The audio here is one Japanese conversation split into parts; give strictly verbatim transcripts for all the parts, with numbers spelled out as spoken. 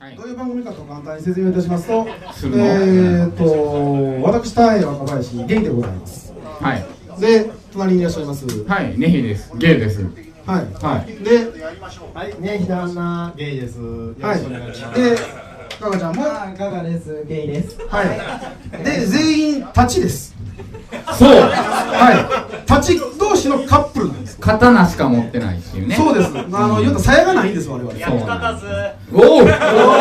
はい、 どういう番組かと簡単に説明いたしますと、 するのえーと私、タイ若林、ゲイでございます。 はい。 で、隣にいらっしゃいます。 はい、ネヒです。ゲイです。 はい。 はい。 で、 はい、ねひだんなゲイです。よろしくお願いします。 で、ガガちゃんもガガです。ゲイです。 はい。で、全員立ちです。 そう。 はい。立ち同士のカップルなんです。 刀しか持ってないっていうね。 そうです。あの、言うと鞘がないんです我々。 そうなんです。おお。おお。だ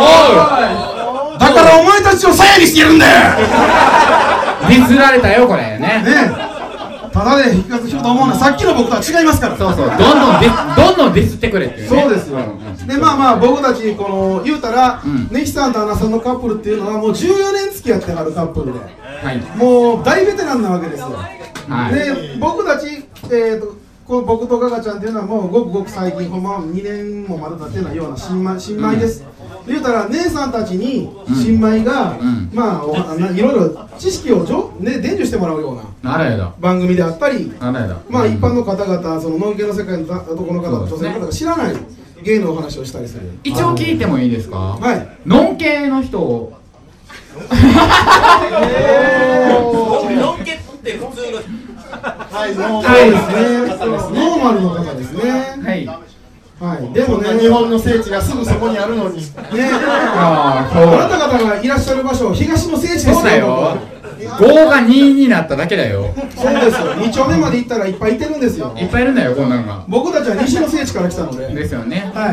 からお前たちを鞘にしてやるんだよ。 ディスられたよこれね。 ね。ただで引き勝つ人と思うのはさっきの僕とは違いますから。 そうそう。どんどんディどんどんディスってくれっていうね。 そうですよ。でまあまあ僕たちこの言うたら、うん、ネヒさんとアナさんのカップルっていうのはもうじゅうよねん付き合ってはるカップルで、はい、もう大ベテランなわけですよ。はい、で僕たち、えーとこう僕とガガちゃんっていうのはもうごくごく最近ほんまにねんもまだ経ってないような新米、新米です、うん、言うたら姉さんたちに新米が、うん、まあおいろいろ知識をじょ、ね、伝授してもらうような番組であったり、 まあ一般の方々そのノン系の世界の男の方女性の方が知らない芸のお話をしたりする。 一応聞いてもいいですか？ はい。 ノン系の人をノン系って普通のはい、ノーマルですね。ノーマルの方ですね。 はい。 はい。でもね、 日本の聖地がすぐそこにあるのに。ね。 あなた方がいらっしゃる場所、東の聖地ですよ。 そうだよ。ごがにになっただけだよ。 そうですよ。に丁目まで行ったらいっぱいいてるんですよ。 いっぱいいるんだよ、こんなんが。 僕たちは西の聖地から来たので。 ですよね。 はい。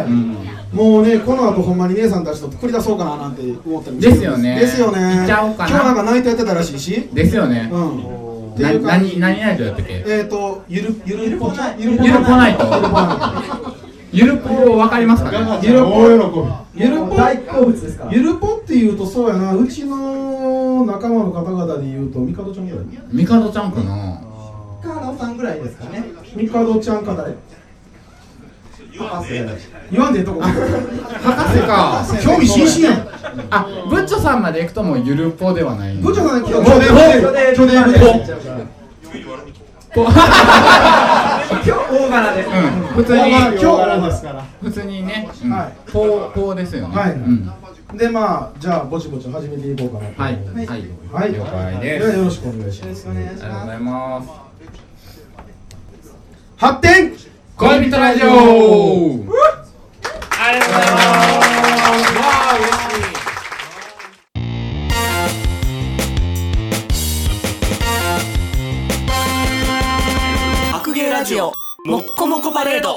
もうね、この後ほんまに姉さんたちと繰り出そうかななんて思ったりですよね。 ですよね。 行っちゃおうかな。 今日なんかナイトやってたらしいし。 ですよね。 うん。 な何何ナイトやったっけ？ えっとゆるゆるゆるぽゆるぽナイト。ゆるぽわかりますかね？ ゆるぽゆるぽ大好物ですか？ ゆるぽっていうとそうやな、うちの仲間の方々で言うとみかどちゃんぐらい。 みかどちゃんかな？ かなさんぐらいですかね。 みかどちゃんか誰？博士。言わんでええとこ。 博士か。 興味津々やん。 あ、ブッチョさんまで行くともうゆるぽではない。 ブッチョさん今日巨大巨大今日大柄で。 普通に今日大柄ですから。 普通にね。 はい。 ぽぽですよね。 はい。でまあじゃあぼちぼち始めていこうかなと。 はいはい。了解です。 よろしくお願いします。 ありがとうございます。 発展恋人ラジオ。ありがとうございます。わあ嬉しい。 白芸ラジオもっこもこパレード。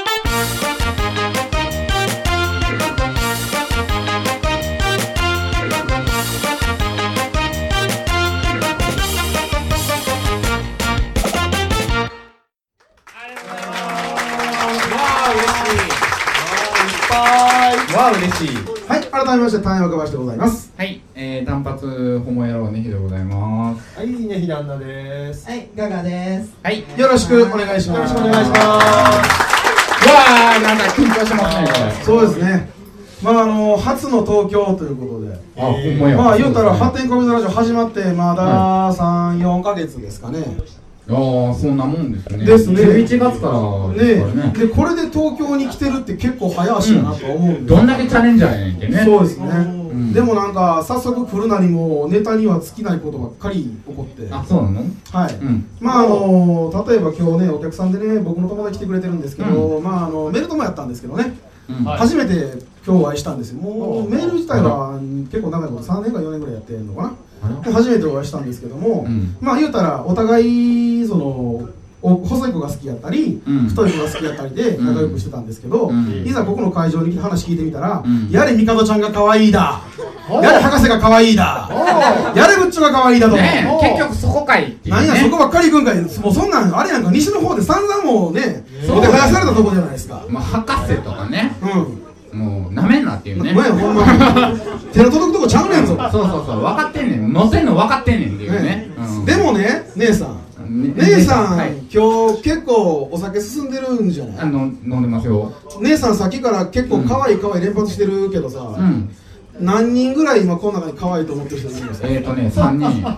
わあ嬉しい。 はい、改めまして単位若林でございます。 はい、えー、単発ホモ野郎ねひでございます。 はい、ねひだんなです。 はい、ガガです。 はい、 よろしくお願いします。 よろしくお願いします。 わあ、なんか緊張しますね。 そうですね。まああの初の東京ということで、 あ、ほんまや。 まあ言うたら発展恋人ラジオ始まってまださん、よんかげつですかね。 ああ、そんなもんですね。 ですね。 じゅういちがつからですからね。 で、これで東京に来てるって結構早足やなと思うんで。どんだけチャレンジャーやねんってね。 そうですね。でもなんか早速来るなりもネタには尽きないことばっかり起こって。 あ、そうなの？ はい。まああの例えば今日ねお客さんでね僕の友達来てくれてるんですけど、まああのメルトもやったんですけどね。初めて今日お会いしたんですよ。もうメール自体は結構長いことさんねんかよねんぐらいやってるのかな。初めてお会いしたんですけども、うん、まあ言うたらお互いその細い子が好きやったり、うん、太い子が好きやったりで仲良くしてたんですけど、うん、いざここの会場に来て話聞いてみたら、うん、やれみかどちゃんが可愛いだ、やれ博士が可愛いだ、やれぶっちょが可愛いだと、 ね、結局そこかいっていう、ね、 なんやそこばっかり行くんかい。もうそんなんあれやんか、西の方で散々もうねお手返されたとこじゃないですか。 まあ博士とかね、うんもうなめんなっていうね。 前ほんまに手の届くとこちゃうねんぞ。 そうそうそう、分かってんねん、乗せんの分かってんねんっていうね。 でもね、姉さん姉さん今日結構お酒進んでるんじゃない？ あの飲んでますよ。 姉さんさっきから結構可愛い可愛い連発してるけどさ、何人ぐらい今この中に可愛いと思ってる人いるんですか？ えーとね、さんにん。一人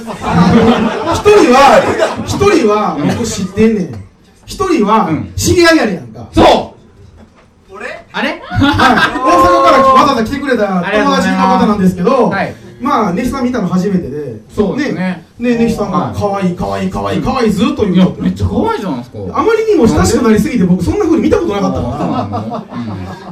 は一人は僕知ってんねん。一人は知り合いやねやんか。 そう。 あれはい、大阪からわざわざ来てくれた友達の方なんですけど、 はい、 まあネヒさん見たの初めてで、 そうですね。 ね、ネヒさんが可愛い可愛い可愛い可愛いずっと言うの。 めっちゃ可愛いじゃないですか。 あまりにも親しくなりすぎて僕そんな風に見たことなかったから。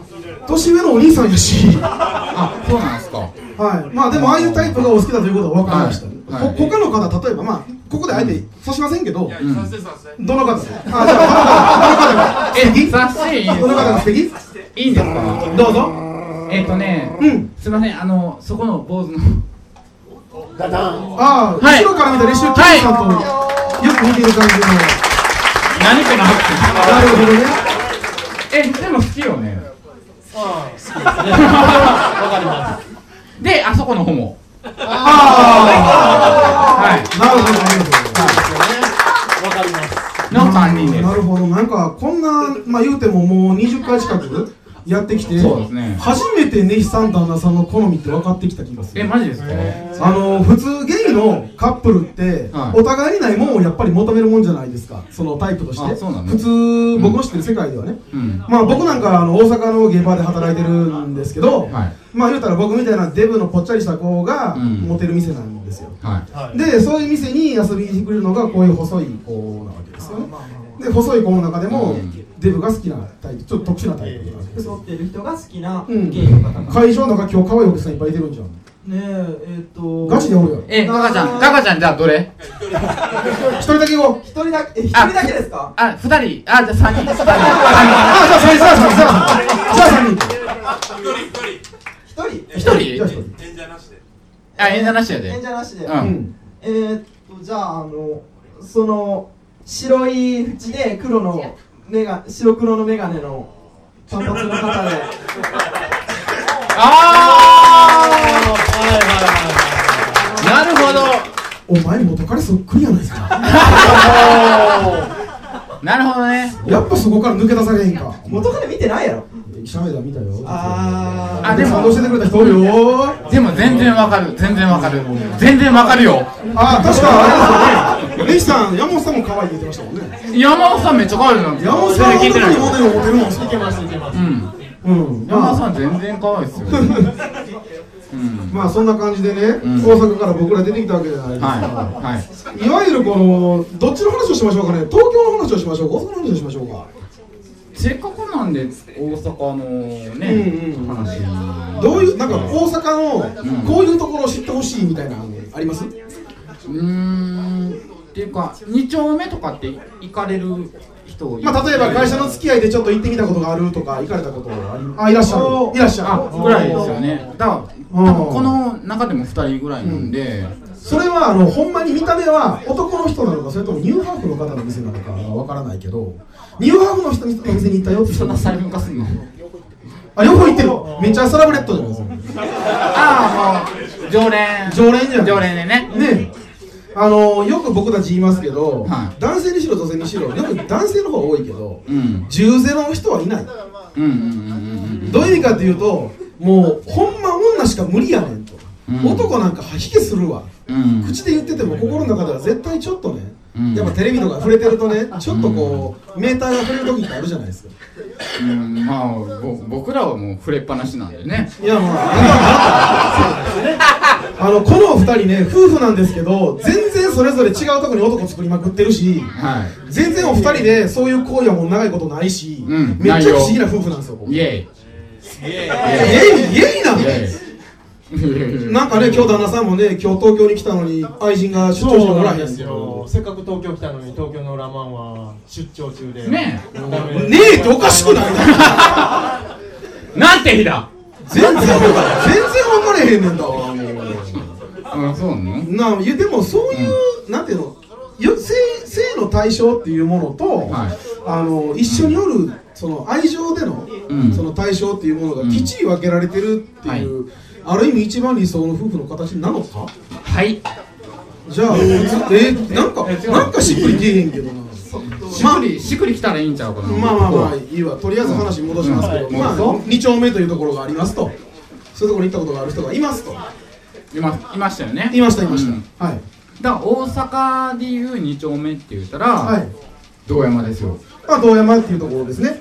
年上のお兄さんやし。 あ、そうなんですか。 はい。まあでもああいうタイプがお好きだということは分かりました。 はいはい、 他の方例えばまあここであえて刺しませんけど、 うん、 どの方？あ、じゃあどの方？ え、刺していいですか？ どの方が素敵？ いいんですか？ どうぞ。 えっとね、 うん、 すみません、あのそこの坊主のダダン。 ああ、はい、後ろから見たレシューキーさんとよく似てる感じの。 何かなって。 なるほどね。 え、でも好きよね。 ああ、好きですね。わかります。 で、あそこの方も。 ああ、はい、なるほど、なるほど。わかります。 のさんにんです。 なるほど、なんかこんな、まあ言うてももうにじゅっかい近くやってきて、 そうですね、 初めてネヒさん旦那さんの好みって分かってきた気がする。 え、マジですか？ あの普通ゲイのカップルって、はい、お互いにないもんをやっぱり求めるもんじゃないですか、そのタイプとして。普通、僕の知ってる世界ではね、うん、まあ僕なんかあの大阪のゲイバーで働いてるんですけど、はい、まあ言うたら僕みたいなデブのぽっちゃりした子がモテる店なんですよ、はい、でそういう店に遊びに来てくれるのがこういう細い子なわけですよね。で細い子の中でも、うん、デブが好きなタイプ、ちょっと特殊なタイプなんです。 太ってる人が好きなゲイの方が、 会場の中今日可愛いお客さんいっぱいいてるんじゃん。 ねえ、えっとガチでおるよ。 え、ガガちゃん、ガガちゃんじゃあどれ？ 一人だけ行こう。 一人だけ、え、一人だけですか？ あ、二人、あ、じゃあ三人。あ、じゃあ三人、じゃあ三人、じゃあ三人。 一人？ 一人？ 一人？ 演者なしで。 あ、演者なしやで。 演者なしで。 うん。 えーっとじゃああのその白い縁で黒のメガ白黒のメガネの短髪の方で。 ああ、なるほど。 お前元彼そっくりやないですか。 なるほどね。 やっぱそこから抜け出されへんか。 元彼見てないやろ。 シャメダ見たよ。 ああ、でも教えてくれた人おるよ。 でも全然わかる、全然わかる、全然わかるよ。 あ、確かあれですよね。ネヒさん、山本さんも可愛い言ってましたもんね。 山本さんめっちゃ可愛いなんですよ。 山本さんは本当にモデルを持てるもん。 いけます、いけます。 うん。うん。山本さん全然可愛いですよ。 うん、まあそんな感じでね、うん、大阪から僕ら出てきたわけじゃないですか、はいはい、いわゆるこのどっちの話をしましょうかね、東京の話をしましょうか、大阪の話をしましょうか。 せっかくなんで大阪のね、うんうん、話どういう、なんか大阪のこういうところを知ってほしいみたいなのあります？うーん、っていうかに丁目とかって行かれる人、 まあ例えば会社の付き合いでちょっと行ってみたことがあるとか行かれたことあり、あ、いらっしゃる、いらっしゃるぐらいですよね。だから多分この中でもふたりぐらいなんで、 うん、それはあのほんまに見た目は男の人なのかそれともニューハーフの方の店なのかわからないけど、ニューハーフの人の店に行ったよってそんな細分化すんの？ あ、両方行ってる。めっちゃサラブレッドじゃないですか。 ああ、もう常連常連じゃん。 常連でね。 ね、あのよく僕たち言いますけど、はい、男性にしろ女性にしろよく男性の方が多いけど、うん、従ゼロの人はいない。どういう意味かというと、もうほんま女しか無理やねんと、うん、男なんか吐き気するわ、うん、口で言ってても心の中では絶対ちょっとね、うん、やっぱテレビとか触れてるとね、ちょっとこう、うん、メーターが触れる時ってあるじゃないですか。 うん、まあ僕らはもう触れっぱなしなんでね。 いや、まああのこのふたりね、夫婦なんですけど全然それぞれ違うところに男作りまくってるし、はい、全然お二人でそういう行為はもう長いことないし、うん、めっちゃ不思議な夫婦なんですよ。 イエイイエイイエイなの。なんかね、今日旦那さんもね、今日東京に来たのに愛人が出張してもらえへんですよ。 せっかく東京来たのに東京のラマンは出張中でねえねえっておかしくない？ なんて日だ。 全然全然分かれへんねんだわ。 あ、そうなの？な、いやでもそういう、うん、なんていうの、性、性の対象っていうものと、はい、あの一緒におるその愛情での、うん、その対象っていうものがきっちり分けられてるっていう、うん、はい、ある意味一番理想の夫婦の形なのか？ はい。 じゃあ、えー、なんかなんかしっくり出えへんけどな。 しっくりしっくりきたらいいんちゃうかな。 まあまあまあいいわ。とりあえず話戻しますけど、うん、まあに丁目というところがありますと、そういうところに行ったことがある人がいますと。 いまいましたよね。 いましたいました。うん、はい。 だから大阪でいうに丁目って言ったら、はい、堂山ですよ。 あ、堂山っていうところですね。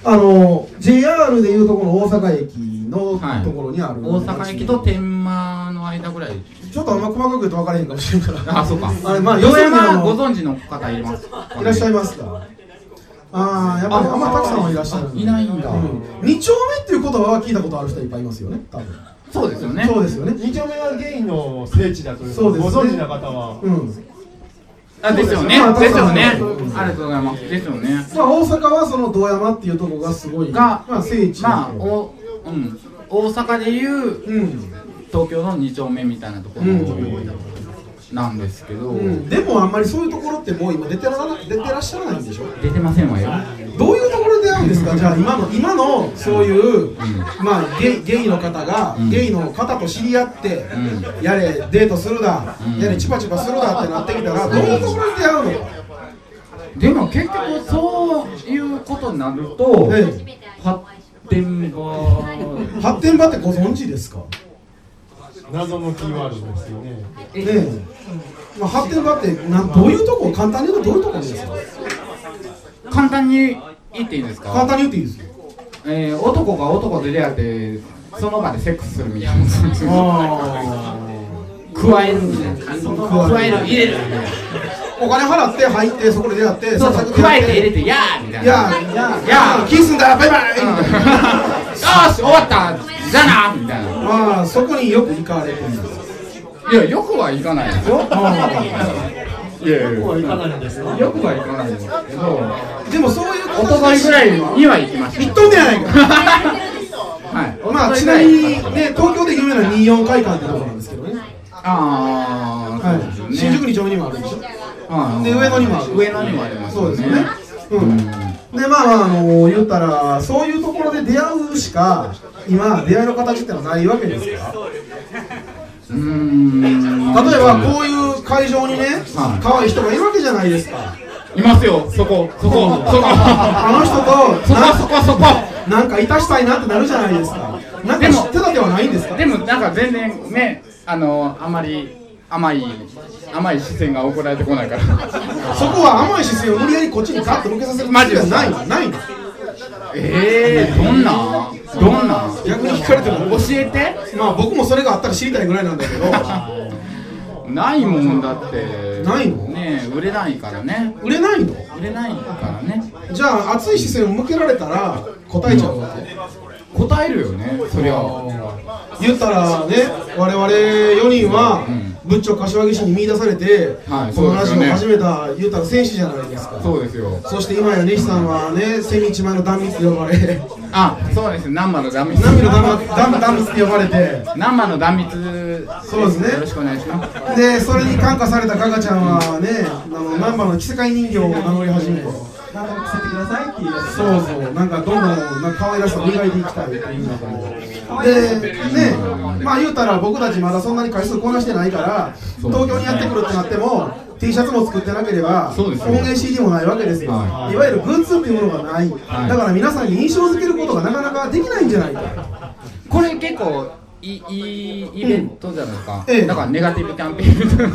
あの ジェイアール でいうとこの大阪駅のところにある、 はい、大阪駅と天満の間ぐらい。 ちょっとあんま細かく言うと分からへんかもしれんから。 あ、そうか。 あれ、まあ、 洋山ご存知の方いますか？ いらっしゃいますか？ああ、やっぱりあんまたくさんはいらっしゃる。 いないんだ。 に丁目っていう言葉は聞いたことある人いっぱいいますよね、多分。 そうですよね。 そうですよね。 に丁目はゲイの聖地だという。 そうですね。 ご存知の方は。 うん。 あ、ですよね。ですよね。ありがとうございます。ですよね。 まあ大阪はその堂山っていうところがすごいが、 まあ聖地。 まあおうん。大阪でいう東京のに丁目みたいなところなんですけど、 うん、でもあんまりそういうところってもう今出てら出てらっしゃらないんでしょ？ 出てませんわよ。 どういうところで出会うんですか？じゃあ今の今のそういう、うん、まあゲイ、ゲイの方が、うん、ゲイの方と知り合って、うん、やれデートするだ、うん、やれチパチパするだってなってきたら、どういうところで出会うのか？ でも結局そういうことになると、ええ、発展場発展場ってご存知ですか？ 謎のキーワードですよね。 ええ、まあ、発展場ってなどういうとこ？簡単に言うとどういうところですか？ 簡単に言っていいですか？簡単に言っていいですよ。 えー、男が男で出会ってその場でセックスするみたいな。あ加えるみたいな。加える入れるみたいな。 お金払って入ってそこで出会って、 そうそう加えて入れてやーみたいな。 やーやーやーキスんだバイバイみたいな。よし終わったじゃなみたいな。 まあそこによく行かれてるんです。 いやよくは行かないですよ。いやよくは行かないんですか？ よくは行かないんですけど、 でもそういうおとといぐらいには行きました。 行っとんねやないか。はい。まあちなみにね東京で有名なにじゅうよん会館ってところなんですけどね。ああ、はい。新宿に丁目にもあるでしょ。で上野にもある。 上野にもあります。 そうですよね。うん。でまあまああの言ったらそういうところで出会うしか今出会いの形ってのはないわけですから。うーん例えばこういう会場にね、はい、可愛い人がいるわけじゃないですか。 いますよ、そこ、そこ、そこあの人とそこ、そこ、そこなんかいたしたいなってなるじゃないですか。なんか知ってたではないんですか？ でもなんか全然ね、あの、あまり甘い甘い視線が送られてこないからそこは甘い視線を無理やりこっちにガッと向けさせるマジでないのないのえー、どんなどんな逆に聞かれても教えて。 まあ僕もそれがあったら知りたいぐらいなんだけどないもんだってないのね売れないからね。 売れないの売れないからね。 じゃあ熱い視線を向けられたら答えちゃうわけ、 うん、答えるよねそりゃ。 言ったらね我々よにんは、うんブッチョ柏木市に見出されて、はい、このラジオを始めた、ね、言ったら戦士じゃないですか。 そうですよ。 そして今や根岸さんはね千日前の断密と呼ばれあ、そうですね。難波の断密難波の断密と呼ばれて難波の断密そうですね。よろしくお願いします。 でそれに感化されたガガちゃんはねあの難波の着せ替え人形を名乗り始めなんか着せてくださいって言うやつ。 そうそうなんかどんどんなんか可愛らしさを磨いていきたいっていう中ででねまあ言うたら僕たちまだそんなに回数こなしてないから東京にやってくるってなっても T シャツも作ってなければ音源 シーディー もないわけですよ、はい、いわゆるグッズっていうものがない、はい、だから皆さんに印象づけることがなかなかできないんじゃないか。 これ結構いいイベントじゃないですか、うんええ、だからネガティブキャンペーン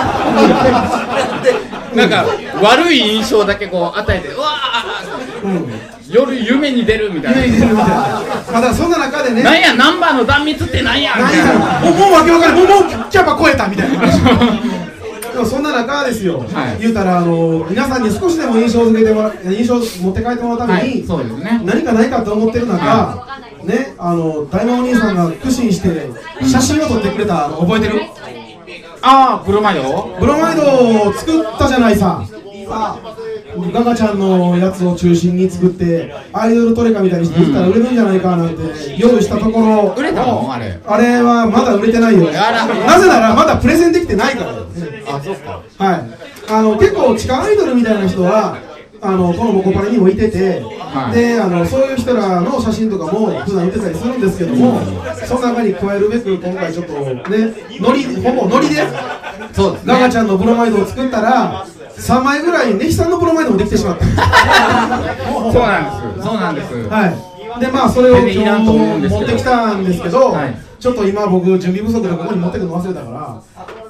なんか悪い印象だけこう与えてうわー、うん、夜夢に出るみたいな。夢に出るみたいな。 まだそんな中でね。 なんやナンバーの断密ってなんやみたいな。 もうもうわけわかんない。もうもうキャパ超えたみたいな。でもそんな中ですよ、はい、言うたらあの皆さんに少しでも印象づけてもら印象持って帰ってもらうために、はい、そうですね、何かないかと思ってる中、はい、ねあの大魔お兄さんが苦心して写真を撮ってくれたの覚えてる？ ああブロマイド？ ブロマイドを作ったじゃないさ。さガガちゃんのやつを中心に作ってアイドルトレカみたいにしてできたら売れるんじゃないかなんて用意したところ、 売れたの？あれあれはまだ売れてないよ。なぜならまだプレゼンできてないからですね。 あ、そうか。 はい。あの結構地下アイドルみたいな人はあのこのモコパレにもいてて、はい、であのそういう人らの写真とかも普段売ってたりするんですけども、うん、その中に加えるべく今回ちょっとねノリほぼノリでそうです、ね、ガガちゃんのブロマイドを作ったらさんまいぐらいネヒさんのブロマイドもできてしまったそうなんですそうなんです。 はい。でまあそれを今日持ってきたんですけど、はい、ちょっと今僕準備不足でここに持ってくるの忘れたから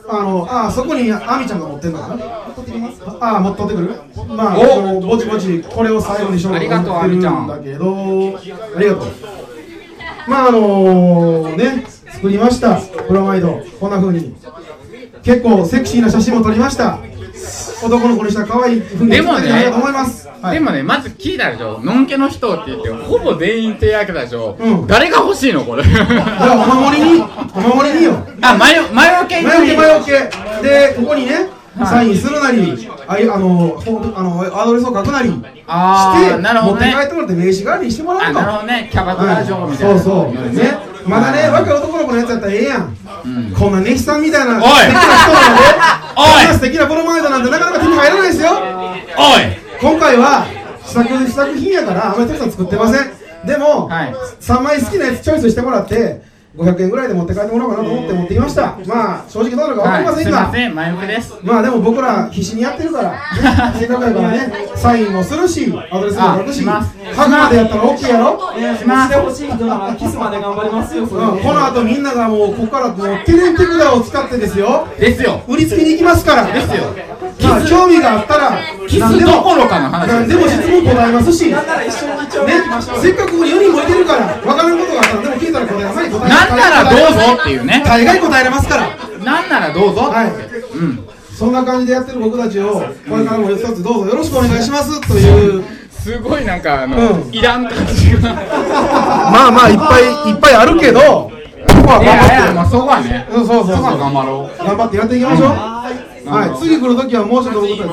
あのあそこにあみちゃんが持ってんのかな。あ持っとってくる。まあおぼちぼちこれを最後にしようと思ってるんだけど、ありがとう。まああのー、ね作りましたプロマイド、こんな風に結構セクシーな写真も撮りました。男の子にした可愛い風にでもねありがとう思います。はい、 でもね、まず聞いたでしょ、のんけの人って言ってほぼ全員手挙げたでしょ、 うん、 誰が欲しいのこれ。 いやお守りにお守りによ。 あ、魔除け魔除け魔除け魔除けで、ここにねサインするなり、あいあのあのアドレスを書くなりしてあなるほど、ね、 持って帰ってもらって名刺代わりにしてもらうと。 あ、なるほどね、キャバクラ嬢みたいな、 はい、そうそうね、まだね若い男の子のやつやったらええやん、うん、こんなネヒさんみたいな素敵な人なんでこんな素敵なプロマイドなんてなかなか手に入らないですよ。 おい今回は試作試作品やからあんまりたくさん作ってません。でも、はい、さんまい好きなやつチョイスしてもらってごひゃくえんぐらいで持って帰ってもらおうかなと思って持ってきました。まあ正直どうなるか分かりませんが、 はい、すいません、前向きです。まあでも僕ら必死にやってるから、ね、せっかくやからねサインもするしアドレスも書くし、ハグまでやったら OK やろ。 します。してほしい人ならキスまで頑張りますよ。うん、 この後みんながもうここからもうテレンテクダを使ってですよですよ売りつけに行きますからですよ。 まあ興味があったらキスどころかの話何でも質問答えますし、ね、 なんなら一緒に一応行きましょう。 せっかくよにんもいてるから分からんことがあったらでも聞いたら答えなさい。答えなんならどうぞっていうね、 大概答えれますから、 なんならどうぞ、 はい、うん、そんな感じでやってる僕たちをこれからも一つどうぞよろしくお願いしますという。 すごいなんかあの、うん、いらん感じがまあまあいっぱいいっぱいあるけど、ここは頑張って、いやいや、まあ、そこはね、うん、そうそうそう、頑張ろう、頑張ってやっていきましょう。はい、次来るときはもうちょっと僕たち、うん、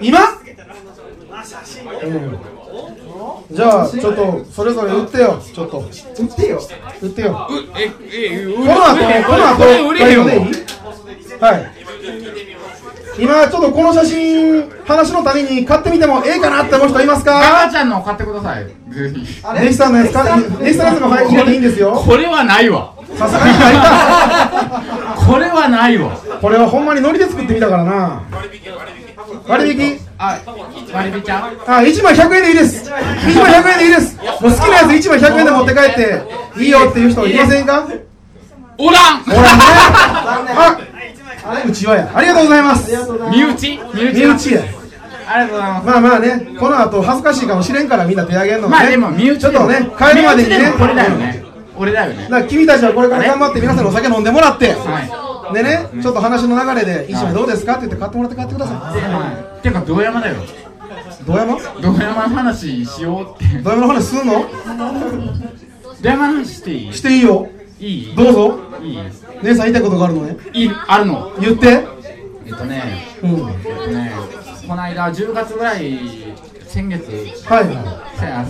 今、うん、じゃあちょっとそれぞれ売ってよ、ちょっと売ってよ売ってよ。ええこの後この後売れよ。はい。今ちょっとこの写真話のために買ってみてもええかなって思う人いますか？ ガガちゃんの買ってください。ぜひ。 ネヒさんのやつか、ネヒさんのやつも入れていいんですよ。 これはないわ。 さすがにないか。 これはないわ。 これはほんまにノリで作ってみたからな。割引。 あ、割引ちゃう？ あ、いちまいひゃくえんでいいです。いちまいひゃくえんでいいです。もう好きなやついちまいひゃくえんで持って帰っていいよっていう人いませんか？ おらん。 おらんね。あ、うちわや。ありがとうございます。 身内？ 身内や。 ありがとうございます。 まあまあね、この後恥ずかしいかもしれんからみんな手挙げるのもね。 まあでも身内ちょっとね、帰るまでにね。 これだよね。俺だよね。 だから君たちはこれから頑張って皆さんのお酒飲んでもらって。でね、ちょっと話の流れで一緒にどうですかって言って買ってもらって帰ってください。 はい。てか堂山だよ。 堂山？ 堂山の話しようって。 堂山の話すんの？ 堂山の話していい？ していいよ。 いい？ どうぞ。 いい？ 姉さん言いたいことがあるのね。 いい、あるの。 言って。 えっとね、 うん、 えっとね、この間じゅうがつぐらい、先月、 はいはい、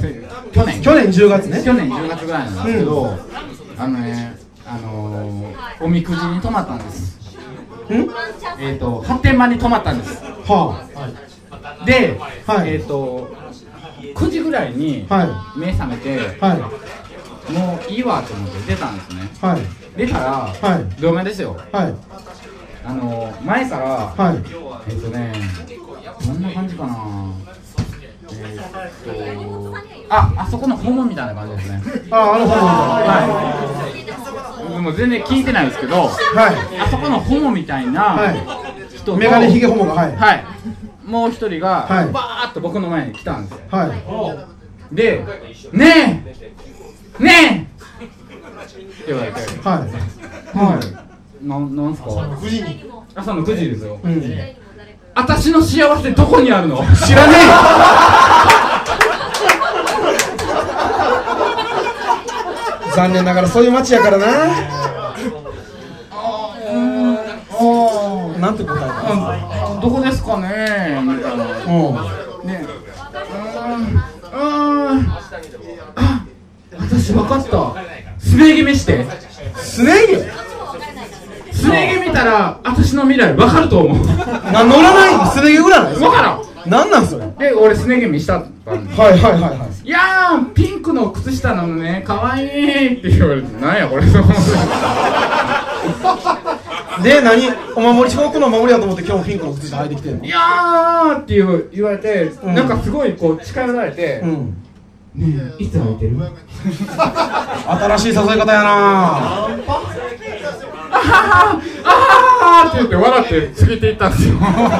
去年、 去年じゅうがつね、 去年じゅうがつぐらいなんですけど、うん、あのね、あのー、おみくじに泊まったんです。ん？えっと、発展場に泊まったんです。 はあ、で、はい、えっと、くじぐらいに目覚めて、はい、もういいわと思って出たんですね。はい、出たら、はい、同盟ですよ。はい、あの前から、はい、えっとね、どんな感じかな、えー、っと、あ、あそこのホモみたいな感じですね。 あ、あのホモみたいな、 はい、でも全然聞いてないですけど、はい、あそこのホモみたいな人と、 メガネヒゲホモが、はい、 はい、もう一人が、はい、バーッと僕の前に来たんですよ。はい、で、ねえねえって言われて、はい、はい、な、なんすか？くじに。朝のくじですよ。うん。私の幸せどこにあるの？ 知らねえ。残念ながらそういう街やからな。ああ、なんて答えた？ どこですかねみたいな。うん。ね。うん。うん。あ、私分かった。すね毛見して。 すね毛？ すね毛見たら私の未来分かると思う。 何の占い？すね毛占い？ 分からん。 何なんそれ？ で、俺すね毛見したってはいはいはいはい。 いやー、ピンクの靴下なのね、かわいいって言われて、なんやこれ。 で、何？お守り、四国のお守りだと思って今日もピンクの靴下履いてきてんの？ いやーって言, 言われて、うん、なんかすごいこう近寄られて、うん、ねえ、いつ履いてる？新しい誘い方やなぁ。 あははあははって言って笑って過ぎていったんですよ。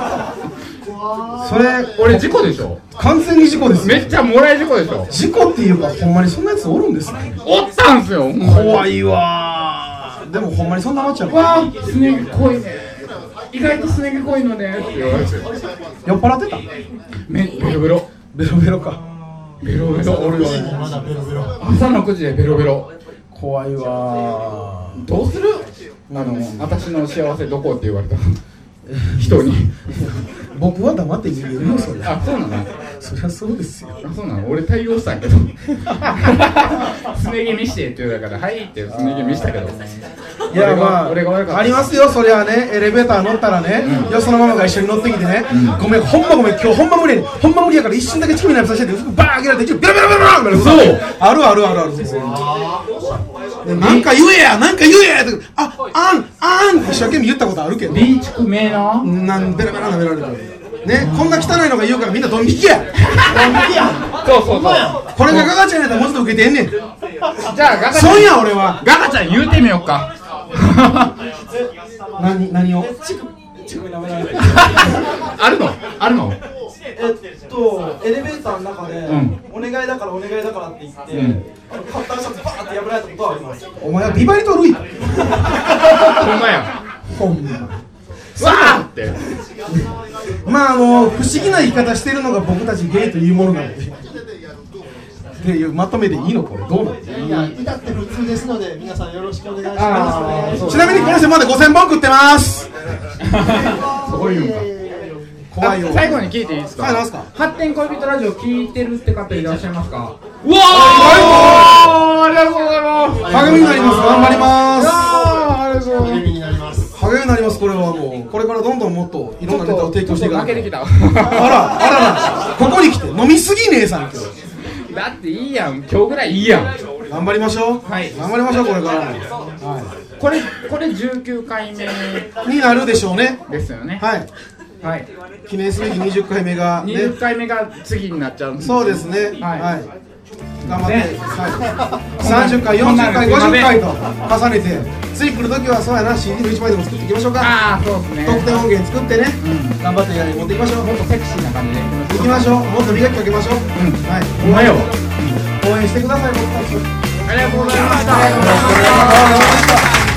それ俺事故でしょ。 完全に事故です。 めっちゃもらい事故でしょ。 事故っていうかほんまにそんなやつおるんですね。 おったんすよ。 怖いわ。でもほんまにそんなもんちゃう。 わあ、すね毛濃いね。意外とすね毛濃いのねって言われて。 酔っ払ってた？ めベロベロベロベロか。 ベロベロ。俺は朝のくじでベロベロ。 怖いわ。 どうする？あの私の幸せどこって言われた人に。 僕は黙って言えるよそれ。 あ、そうなの？ そりゃそうですよ。 あ、そうなの？俺対応したんけど。すね毛見してって言うだからはいってすね毛見したけど。 いやまあ、ありますよ、そりゃね、エレベーター乗ったらね、うん、よそのママが一緒に乗ってきてね、うん、ごめん、ほんまごめん、今日ほんま無理、ほんま無理やから一瞬だけ乳首になりさせてって、バーン開けられて、ベラベラベラベラベラ。そう、あるあるあるある。なんか言えや、なんか言えやって、あ、あん、あんって一生懸命言ったことあるけど。 ビーチク名な？ なんベラベラなめられる。ね、こんな汚いのが言うからみんなドン引きや。ドン引きや。 そうそうそう。 これがガガちゃんやったらもうちょっと受けてんねん。じゃあガガちゃん。 そうや俺は。 ガガちゃん言うてみようか。 何何を？ あるの？あるの？ えっとエレベーターの中で、うん、お願いだからお願いだからって言って、うん、カッターシャツバーって破られたことはあります。 お前はビバリとルイ。ほんまや。 ほんま。 わーって。 まああの不思議な言い方してるのが僕たちゲイというものなので。っていうまとめでいいのこれどうなの？ いや、至って普通ですので皆さんよろしくお願いします。 ちなみにこの人までごせんぼん食ってます。 そういうのか。怖いよ。最後に聞いていいですか？ はい、なんすか？ 発展恋人ラジオ聞いてるって方いらっしゃいますか？うわー、ありがとうございます。 励みになります。頑張ります。 ありがとうございます。 励みになります。 励みになります。これはもうこれからどんどんもっといろんなネタを提供していかないと。 負けてきた。 あらあらら、ここに来て飲みすぎ姉さん今日。 だっていいやん、今日ぐらいいいやん。 頑張りましょう。 はい。 頑張りましょうこれからも。はい。 これこれじゅうきゅうかいめになるでしょうね。 ですよね。 はい。はい。記念すべきにじゅっかいめがね。にじゅっかいめが次になっちゃうんです。 そうですね。はい。はい、頑張って、はい、さんじゅっかい、よんじゅっかい、ごじゅっかいと重ねて。次来るときはそうやな、シーディー のいちまいでも作っていきましょうか。 ああ、そうですね。 特典音源作ってね、うん、頑張って持っていきましょう。 もっとセクシーな感じでいきましょう。もっと磨きかけましょう。うん、はい。 おはよう。 応援してください、僕たち。 ありがとうございました。 ありがとうございました。